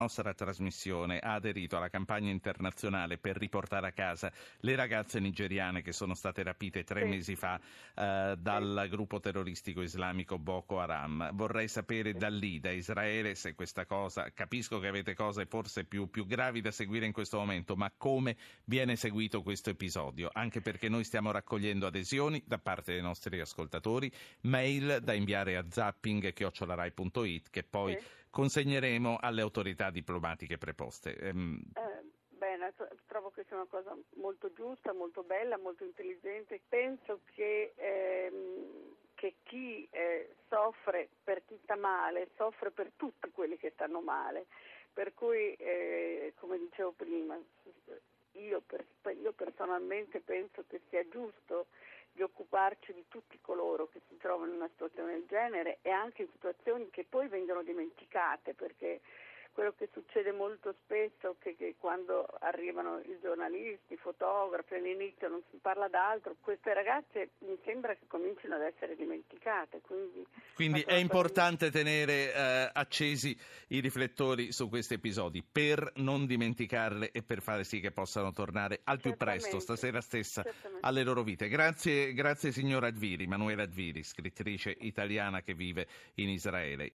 nostra trasmissione ha aderito alla campagna internazionale per riportare a casa le ragazze nigeriane che sono state rapite 3 mesi fa dal gruppo terroristico islamico Boko Haram. Vorrei sapere da lì, da Israele, se questa cosa, capisco che avete cose forse più gravi da seguire in questo momento, ma come viene seguito questo episodio? Anche perché noi stiamo raccogliendo adesioni da parte dei nostri ascoltatori, mail da inviare a zapping@rai.it che poi consegneremo alle autorità diplomatiche preposte. Bene, trovo che sia una cosa molto giusta, molto bella, molto intelligente. Penso che chi soffre per chi sta male, soffre per tutti quelli che stanno male. Per cui, come dicevo prima, io personalmente penso che sia giusto di occuparci di tutti coloro che si trovano in una situazione del genere e anche in situazioni che poi vengono dimenticate, perché quello che succede molto spesso è che quando arrivano i giornalisti, i fotografi, all'inizio non si parla d'altro, queste ragazze mi sembra che comincino ad essere dimenticate. Quindi è importante tenere accesi i riflettori su questi episodi per non dimenticarle e per fare sì che possano tornare al più presto, stasera stessa, alle loro vite. Grazie signora Dviri, Manuela Dviri, scrittrice italiana che vive in Israele.